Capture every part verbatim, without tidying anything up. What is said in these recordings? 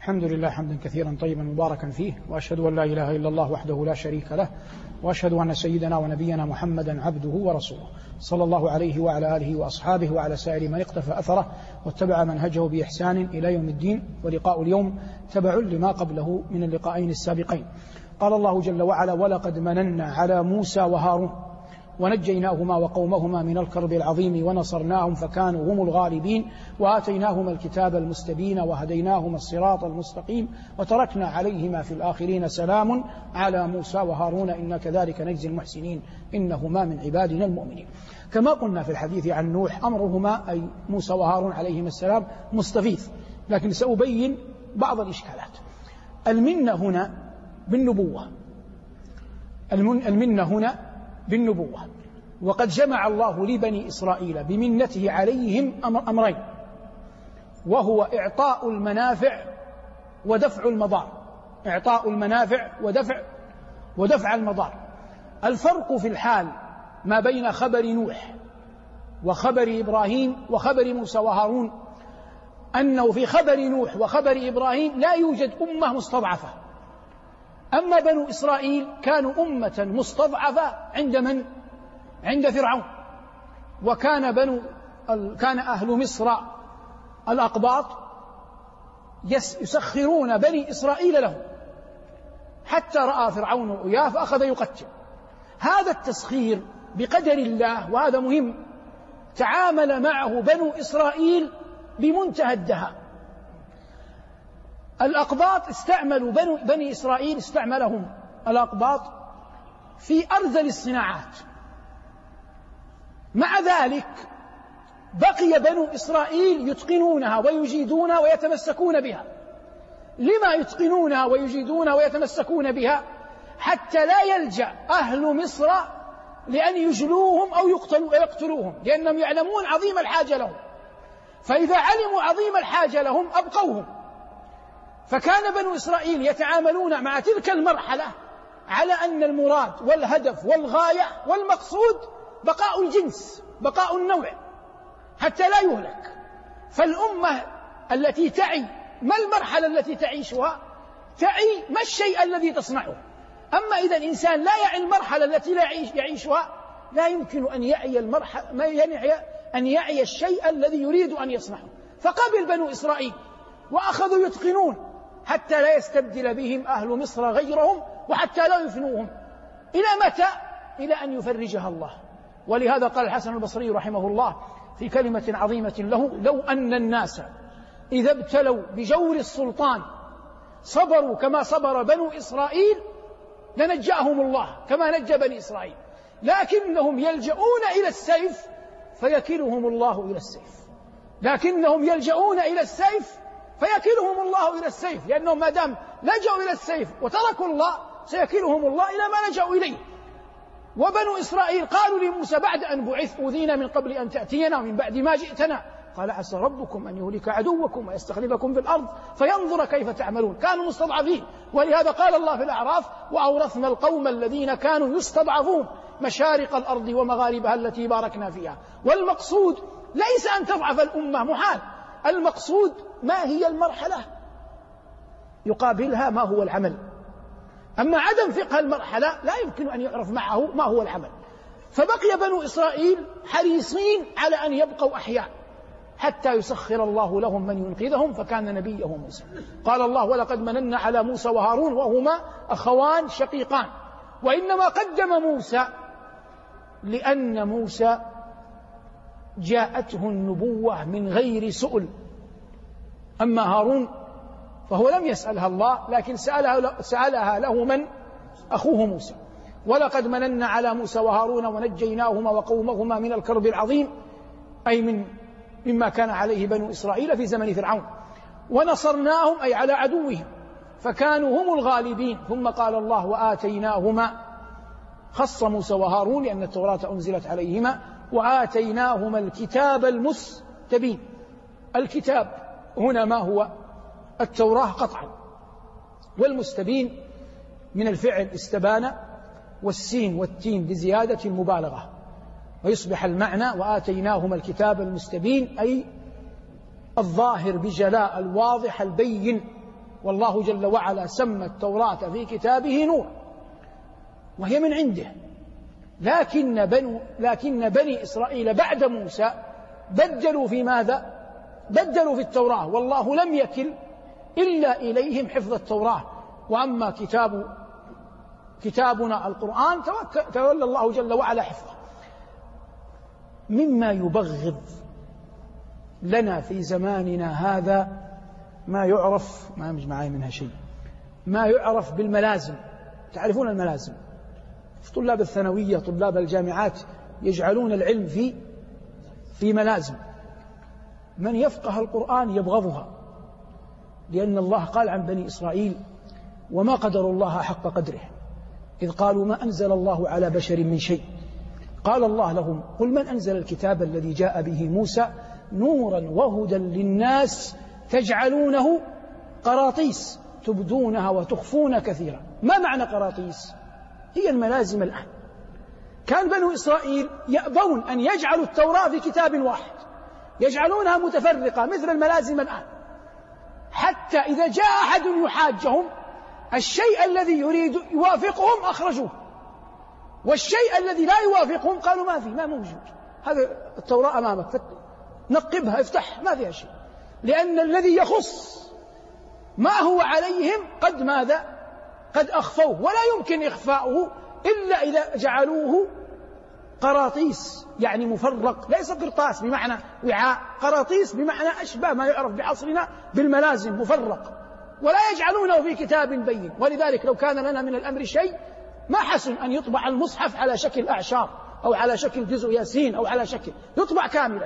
الحمد لله حمدا كثيرا طيبا مباركا فيه، وأشهد أن لا إله إلا الله وحده لا شريك له، وأشهد أن سيدنا ونبينا محمدا عبده ورسوله صلى الله عليه وعلى آله وأصحابه وعلى سائر من اقتفى أثره واتبع منهجه بإحسان إلى يوم الدين. ولقاء اليوم تبع لما قبله من اللقاءين السابقين. قال الله جل وعلا: ولقد مننا على موسى وهارون ونجيناهما وقومهما من الكرب العظيم ونصرناهم فكانوا هم الغالبين وآتيناهما الكتاب المستبين وهديناهما الصراط المستقيم وتركنا عليهما في الآخرين سلام على موسى وهارون إنا كذلك نجزي المحسنين إنهما من عبادنا المؤمنين. كما قلنا في الحديث عن نوح، أمرهما أي موسى وهارون عليهما السلام مستفيض، لكن سأبين بعض الإشكالات. المنة هنا بالنبوة، المنة هنا بالنبوة، وقد جمع الله لبني إسرائيل بمنته عليهم أمرين، وهو إعطاء المنافع ودفع المضار. إعطاء المنافع ودفع ودفع المضار. الفرق في الحال ما بين خبر نوح وخبر إبراهيم وخبر موسى وهارون أنه في خبر نوح وخبر إبراهيم لا يوجد أمة مستضعفة. أما بنو إسرائيل كانوا أمة مستضعفة عند من؟ عند فرعون. وكان بنو كان أهل مصر الأقباط يسخرون بني إسرائيل لهم، حتى رأى فرعون رؤياه فأخذ يقتل. هذا التسخير بقدر الله، وهذا مهم، تعامل معه بنو إسرائيل بمنتهى الدهاء. الأقباط استعملوا بنو بني إسرائيل استعملهم الأقباط في أرذل الصناعات. مع ذلك بقي بنو إسرائيل يتقنونها ويجيدونها ويتمسكون بها. لما يتقنونها ويجيدونها ويتمسكون بها؟ حتى لا يلجأ أهل مصر لأن يجلوهم أو يقتلوا يقتلوهم، لأنهم يعلمون عظيم الحاجة لهم، فإذا علموا عظيم الحاجة لهم أبقوهم. فكان بنو إسرائيل يتعاملون مع تلك المرحلة على أن المراد والهدف والغاية والمقصود بقاء الجنس، بقاء النوع، حتى لا يهلك. فالأمة التي تعي ما المرحلة التي تعيشها؟ تعي ما الشيء الذي تصنعه. أما إذا الإنسان لا يعي المرحلة التي لا يعيشها لا يمكن أن يعي المرحلة ما ينعي أن يعي الشيء الذي يريد أن يصنعه. فقبل بنو إسرائيل وأخذوا يتقنون حتى لا يستبدل بهم أهل مصر غيرهم، وحتى لا يفنوهم. إلى متى؟ إلى أن يفرجها الله. ولهذا قال الحسن البصري رحمه الله في كلمة عظيمة له: لو أن الناس إذا ابتلوا بجور السلطان صبروا كما صبر بنو إسرائيل لنجأهم الله كما نجى بني إسرائيل، لكنهم يلجؤون إلى السيف فيكلهم الله إلى السيف. لكنهم يلجؤون إلى السيف فيكلهم الله إلى السيف، لأنهم ما دام لجأوا إلى السيف وتركوا الله سيكلهم الله إلى ما لجأوا إليه. وبنو إسرائيل قالوا لموسى بعد أن بعث: أوذينا من قبل أن تأتينا ومن بعد ما جئتنا. قال: عسى ربكم أن يهلك عدوكم ويستخلفكم في الأرض فينظر كيف تعملون. كانوا مستضعفين، ولهذا قال الله في الأعراف: وأورثنا القوم الذين كانوا يستضعفون مشارق الأرض ومغاربها التي باركنا فيها. والمقصود ليس أن تضعف الأمة، محال. المقصود ما هي المرحلة يقابلها ما هو العمل. أما عدم فقه المرحلة لا يمكن أن يعرف معه ما هو العمل. فبقي بنو إسرائيل حريصين على أن يبقوا أحياء حتى يسخر الله لهم من ينقذهم، فكان نبيه موسى. قال الله: ولقد مننا على موسى وهارون وهما أخوان شقيقان. وإنما قدم موسى لأن موسى جاءته النبوة من غير سؤل. أما هارون فهو لم يسألها الله، لكن سألها, سألها له من؟ أخوه موسى. ولقد مننا على موسى وهارون ونجيناهما وقومهما من الكرب العظيم، أي من مما كان عليه بنو إسرائيل في زمن فرعون. ونصرناهم أي على عدوهم فكانوا هم الغالبين. ثم قال الله: وآتيناهما، خص موسى وهارون لأن التوراة أنزلت عليهما، وآتيناهما الكتاب المستبين. الكتاب هنا ما هو؟ التوراة قطعا، والمستبين من الفعل استبان، والسين والتين بزيادة المبالغة، ويصبح المعنى وآتيناهما الكتاب المستبين أي الظاهر بجلاء الواضح البين والله جل وعلا سمى التوراة في كتابه نورا وهي من عنده، لكن بنو لكن بني إسرائيل بعد موسى بدلوا في ماذا؟ بدلوا في التوراة، والله لم يكل إلا إليهم حفظ التوراة. وأما كتاب كتابنا القرآن تولى الله جل وعلا حفظه. مما يبغض لنا في زماننا هذا ما يعرف، ما مش معي منها شيء، ما يعرف بالملازم. تعرفون الملازم؟ طلاب الثانوية طلاب الجامعات يجعلون العلم في في ملازم. من يفقه القرآن يبغضها، لأن الله قال عن بني إسرائيل: وما قدروا الله حق قدره إذ قالوا ما أنزل الله على بشر من شيء. قال الله لهم: قل من أنزل الكتاب الذي جاء به موسى نورا وهدى للناس تجعلونه قراطيس تبدونها وتخفون كثيرا. ما معنى قراطيس؟ هي الملازم الآن. كان بنو إسرائيل يأبون أن يجعلوا التوراة في كتاب واحد، يجعلونها متفرقة مثل الملازم الآن، حتى إذا جاء أحد يحاجهم الشيء الذي يريد يوافقهم أخرجوه، والشيء الذي لا يوافقهم قالوا ما في، ما موجود، هذا التوراة أمامك نقبها افتح ما فيها شيء، لأن الذي يخص ما هو عليهم قد ماذا؟ قد أخفوه، ولا يمكن إخفاؤه إلا إذا جعلوه قراطيس، يعني مفرق، ليس قرطاس بمعنى وعاء، قراطيس بمعنى أشبه ما يعرف بعصرنا بالملازم، مفرق، ولا يجعلونه في كتاب بين. ولذلك لو كان لنا من الأمر شيء ما حسن أن يطبع المصحف على شكل أعشار أو على شكل جزء ياسين أو على شكل، يطبع كاملا،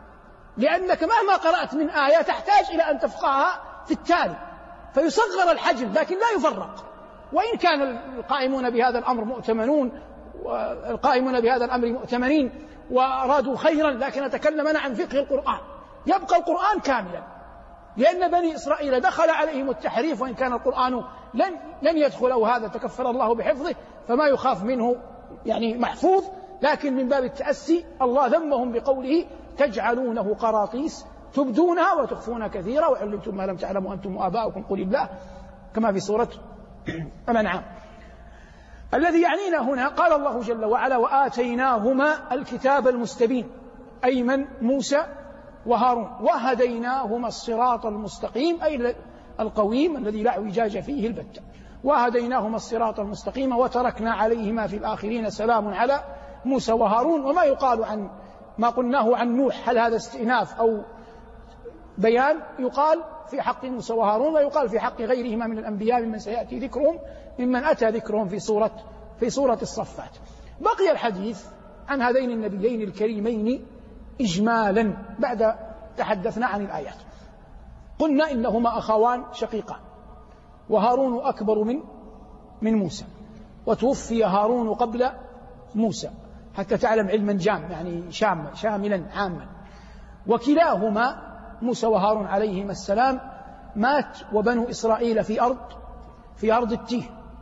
لأنك مهما قرأت من آية تحتاج إلى أن تفقهها في التالي، فيصغر الحجم لكن لا يفرق. وإن كان القائمون بهذا الأمر مؤتمنون والقائمون بهذا الأمر مؤتمنين وأرادوا خيرا، لكن أتكلم أنا عن فقه القرآن، يبقى القرآن كاملا، لأن بني إسرائيل دخل عليهم التحريف، وإن كان القرآن لن, لن يدخل أو هذا تكفل الله بحفظه، فما يخاف منه يعني محفوظ، لكن من باب التأسي الله ذمهم بقوله: تجعلونه قراطيس تبدونها وتخفون كثيرا وعلمتم ما لم تعلموا أنتم وآباؤكم قل الله، كما في سورة الأنعام. الذي يعنينا هنا قال الله جل وعلا: وآتيناهما الكتاب المستبين، أي من؟ موسى وهارون، وهديناهما الصراط المستقيم، أي القويم الذي لا اعوجاج فيه البتة، وهديناهما الصراط المستقيم وتركنا عليهما في الآخرين سلام على موسى وهارون. وما يقال عن ما قلناه عن نوح هل هذا استئناف أو بيان؟ يقال في حق موسى وهارون، ويقال في حق غيرهما من الأنبياء ممن سيأتي ذكرهم، ممن أتى ذكرهم في سورة في سورة الصفات. بقي الحديث عن هذين النبيين الكريمين إجمالا بعد تحدثنا عن الآيات. قلنا إنهما أخوان شقيقان، وهارون أكبر من من موسى، وتوفي هارون قبل موسى، حتى تعلم علما جام يعني شامل شاملا عاما. وكلاهما موسى وهارون عليهما السلام مات وبنو إسرائيل في أرض في أرض التيه،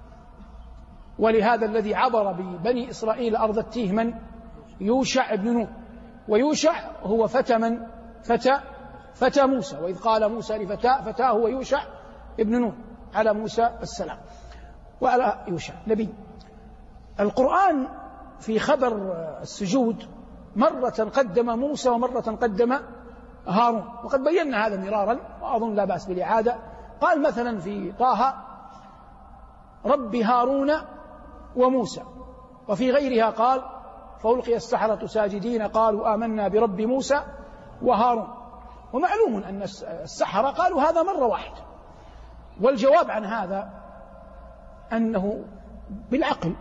ولهذا الذي عبر ببني إسرائيل أرض التيه من؟ يوشع بن نون، ويوشع هو فتى من؟ فتى فتى موسى، وإذ قال موسى لفتاه فتاه هو يوشع ابن نون على موسى السلام وعلى يوشع نبي. القرآن في خبر السجود مرة قدم موسى ومرة قدم هارون، وقد بينا هذا مرارا وأظن لا بأس بالإعادة. قال مثلا في طه: رب هارون وموسى، وفي غيرها قال: فألقي السحرة ساجدين قالوا آمنا برب موسى وهارون. ومعلوم أن السحرة قالوا هذا مرة واحدة، والجواب عن هذا أنه بالعقل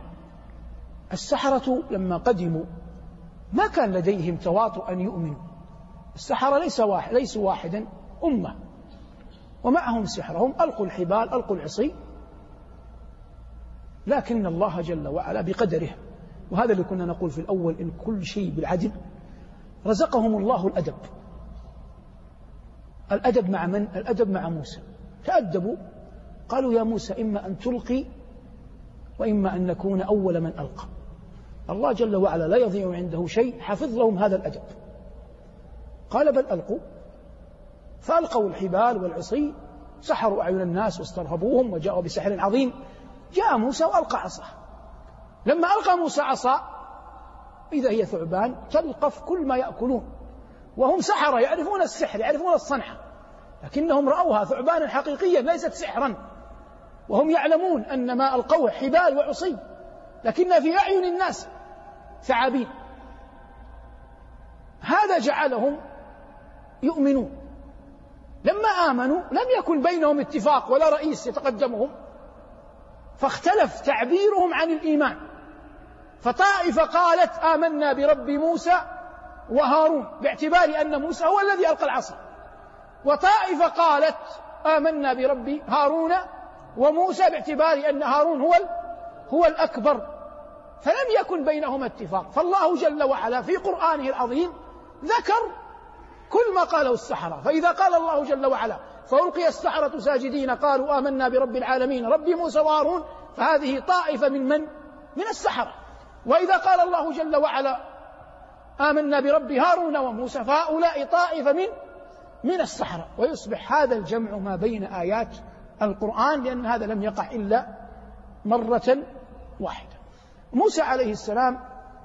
السحرة لما قدموا ما كان لديهم تواطؤ أن يؤمنوا، السحرة ليس واحد ليسوا واحدا أمة، ومعهم سحرهم، ألقوا الحبال ألقوا العصي، لكن الله جل وعلا بقدره، وهذا اللي كنا نقول في الأول إن كل شيء بالعدل، رزقهم الله الأدب. الأدب مع من؟ الأدب مع موسى. تأدبوا، قالوا يا موسى إما أن تلقي وإما أن نكون أول من ألقى. الله جل وعلا لا يضيع عنده شيء، حفظ لهم هذا الأدب. قال بل ألقوا، فألقوا الحبال والعصي سحروا أعين الناس واسترهبوهم وجاءوا بسحر عظيم. جاء موسى وألقى عصاه، لما ألقى موسى عصا إذا هي ثعبان تلقف كل ما يأكلون، وهم سحرة يعرفون السحر يعرفون الصنعة، لكنهم رأوها ثعبانا حقيقيا ليست سحرا، وهم يعلمون أن ما ألقوه حبال وعصي، لكن في أعين الناس ثعابين. هذا جعلهم يؤمنون. لما آمنوا لم يكن بينهم اتفاق ولا رئيس يتقدمهم، فاختلف تعبيرهم عن الإيمان، فطائفة قالت آمنا برب موسى وهارون باعتبار أن موسى هو الذي ألقى العصا، وطائفة قالت آمنا برب هارون وموسى باعتبار أن هارون هو هو الأكبر، فلم يكن بينهما اتفاق. فالله جل وعلا في قرآنه العظيم ذكر كل ما قاله السحرة، فإذا قال الله جل وعلا فألقي السحرة ساجدين قالوا آمنا برب العالمين رب موسى وهارون، فهذه طائفة من من؟ من السحرة. وإذا قال الله جل وعلا آمنا برب هارون وموسى فهؤلاء طائفة من من السحرة. ويصبح هذا الجمع ما بين آيات القرآن، لأن هذا لم يقع إلا مرة واحدة. موسى عليه السلام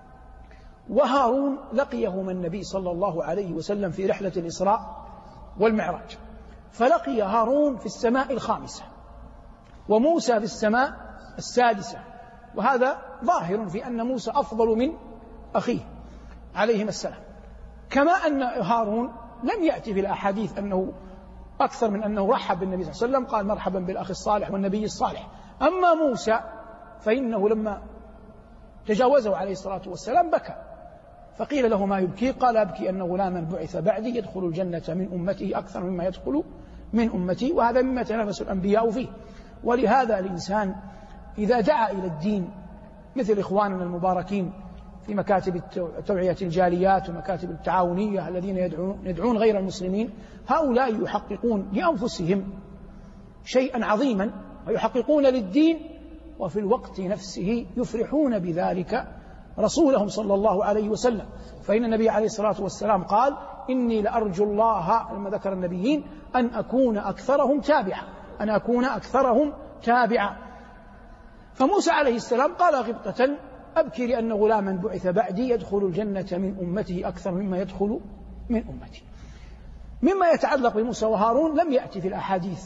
وهارون لقيهما النبي صلى الله عليه وسلم في رحلة الإسراء والمعراج، فلقي هارون في السماء الخامسة وموسى في السماء السادسة، وهذا ظاهر في أن موسى أفضل من أخيه عليهما السلام، كما أن هارون لم يأتي في الأحاديث أنه أكثر من أنه رحب بالنبي صلى الله عليه وسلم، قال مرحبا بالأخ الصالح والنبي الصالح. أما موسى فإنه لما تجاوزه عليه الصلاة والسلام بكى، فقيل له ما يبكي؟ قال أبكي أن غلاما بعث بعدي يدخل الجنة من أمته أكثر مما يدخل من أمتي، وهذا مما تنافس الأنبياء فيه. ولهذا الإنسان إذا دعا إلى الدين مثل إخواننا المباركين في مكاتب توعية الجاليات ومكاتب التعاونية الذين يدعون, يدعون غير المسلمين، هؤلاء يحققون لأنفسهم شيئا عظيما ويحققون للدين، وفي الوقت نفسه يفرحون بذلك رسولهم صلى الله عليه وسلم. فإن النبي عليه الصلاة والسلام قال إني لأرجو الله لما ذكر النبيين أن أكون أكثرهم تابعا أن أكون أكثرهم تابعا. فموسى عليه السلام قال غبطة أبكي لأن غلاما بعث بعدي يدخل الجنة من أمته أكثر مما يدخل من أمتي. مما يتعلق بموسى وهارون لم يأتي في الأحاديث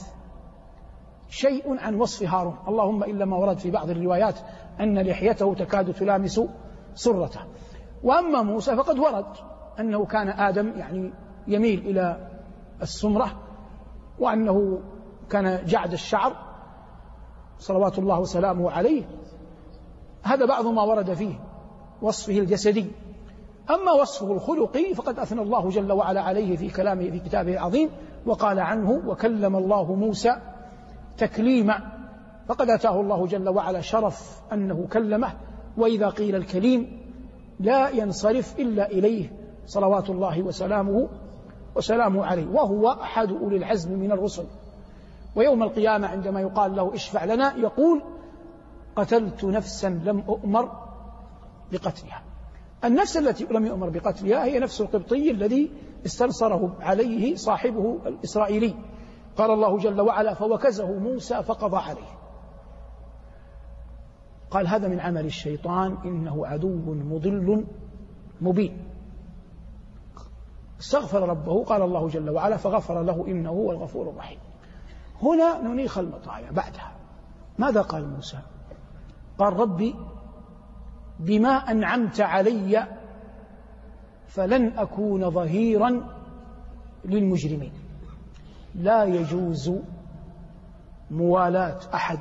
شيء عن وصف هارون، اللهم إلا ما ورد في بعض الروايات أن لحيته تكاد تلامس سرته. وأما موسى فقد ورد أنه كان آدم يعني يميل إلى السمرة، وأنه كان جعد الشعر صلوات الله وسلامه عليه. هذا بعض ما ورد فيه وصفه الجسدي. أما وصفه الخلقي فقد أثنى الله جل وعلا عليه في كلامه في كتابه العظيم، وقال عنه وكلم الله موسى تكليما، فقد أتاه الله جل وعلا شرف أنه كلمه، وإذا قيل الكليم لا ينصرف إلا إليه صلوات الله وسلامه وسلامه عليه، وهو أحد أولي العزم من الرسل. ويوم القيامة عندما يقال له اشفع لنا يقول قتلت نفسا لم أؤمر بقتلها. النفس التي لم يؤمر بقتلها هي نفس القبطي الذي استنصره عليه صاحبه الإسرائيلي. قال الله جل وعلا فوكزه موسى فقضى عليه، قال هذا من عمل الشيطان إنه عدو مضل مبين. استغفر ربه، قال الله جل وعلا فغفر له إنه هو الغفور الرحيم. هنا ننيخ المطايا. بعدها ماذا قال موسى؟ قال ربي بما أنعمت علي فلن أكون ظهيرا للمجرمين. لا يجوز موالاة أحد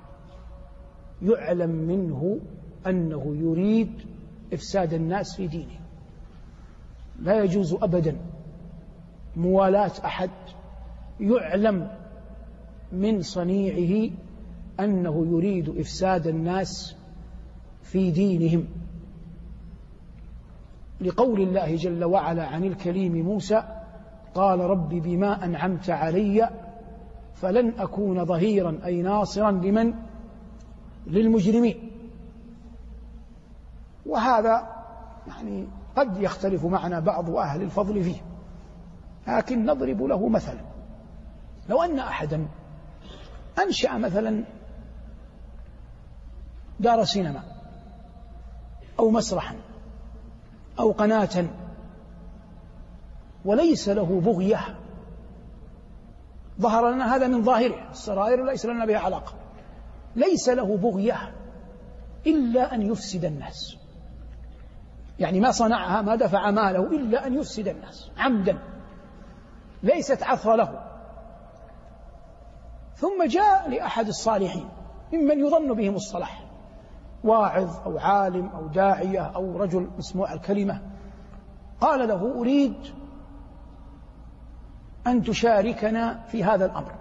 يعلم منه أنه يريد إفساد الناس في دينه. لا يجوز أبدا موالاة أحد يعلم من صنيعه أنه يريد إفساد الناس في دينهم، لقول الله جل وعلا عن الكليم موسى قال رب بما أنعمت علي فلن أكون ظهيرا أي ناصرا لمن؟ للمجرمين. وهذا يعني قد يختلف معنا بعض أهل الفضل فيه، لكن نضرب له مثلا. لو أن أحدا أنشأ مثلا دار سينما أو مسرحا أو قناة وليس له بغية، ظهر لنا هذا من ظاهره، السرائر ليس لنا بها علاقة، ليس له بغية إلا أن يفسد الناس، يعني ما صنعها ما دفع ماله إلا أن يفسد الناس عمدا، ليست عثرة له. ثم جاء لأحد الصالحين ممن يظن بهم الصلاح، واعظ أو عالم أو داعية أو رجل مسموع الكلمة، قال له: أريد أن تشاركنا في هذا الأمر،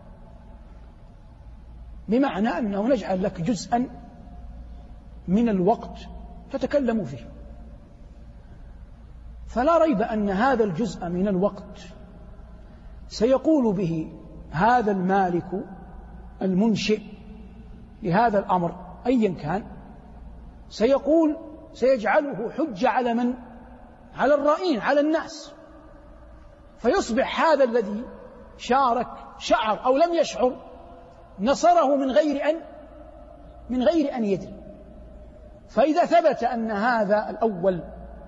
بمعنى أنه نجعل لك جزءا من الوقت تتكلم فيه. فلا ريب أن هذا الجزء من الوقت سيقول به هذا المالك المنشئ لهذا الأمر أيا كان، سيقول سيجعله حجة على من؟ على الرائين، على الناس، فيصبح هذا الذي شارك شعر أو لم يشعر نصره من غير أن من غير أن يدري. فإذا ثبت أن هذا الأول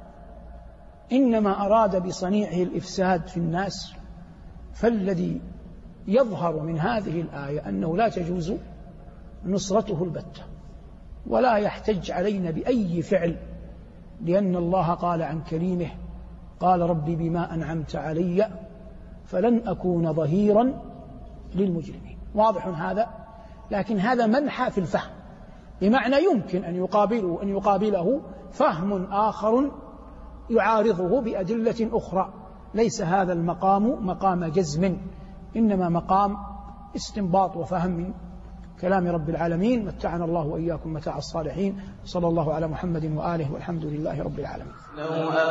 إنما أراد بصنيعه الإفساد في الناس، فالذي يظهر من هذه الآية أنه لا تجوز نصرته البتة، ولا يحتج علينا بأي فعل، لأن الله قال عن كريمه: قال ربي بما أنعمت علي فلن أكون ظهيرا للمجرمين. واضح هذا؟ لكن هذا منحى في الفهم، بمعنى يمكن أن يقابله أن يقابله فهم آخر يعارضه بأدلة أخرى، ليس هذا المقام مقام جزم، إنما مقام استنباط وفهم من كلام رب العالمين. متعنا الله وإياكم متاع الصالحين، صلى الله على محمد وآله، والحمد لله رب العالمين. لو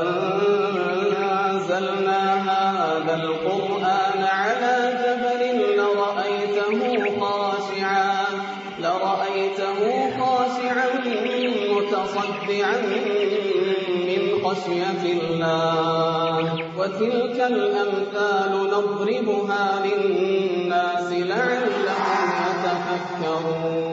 أنزلنا هذا القرآن على جبل لرأيته خاشعا لرأيته خاشعا متصدعا من خشية الله. وتلك الأمثال نضربها للناس لعلهم يتفكرون.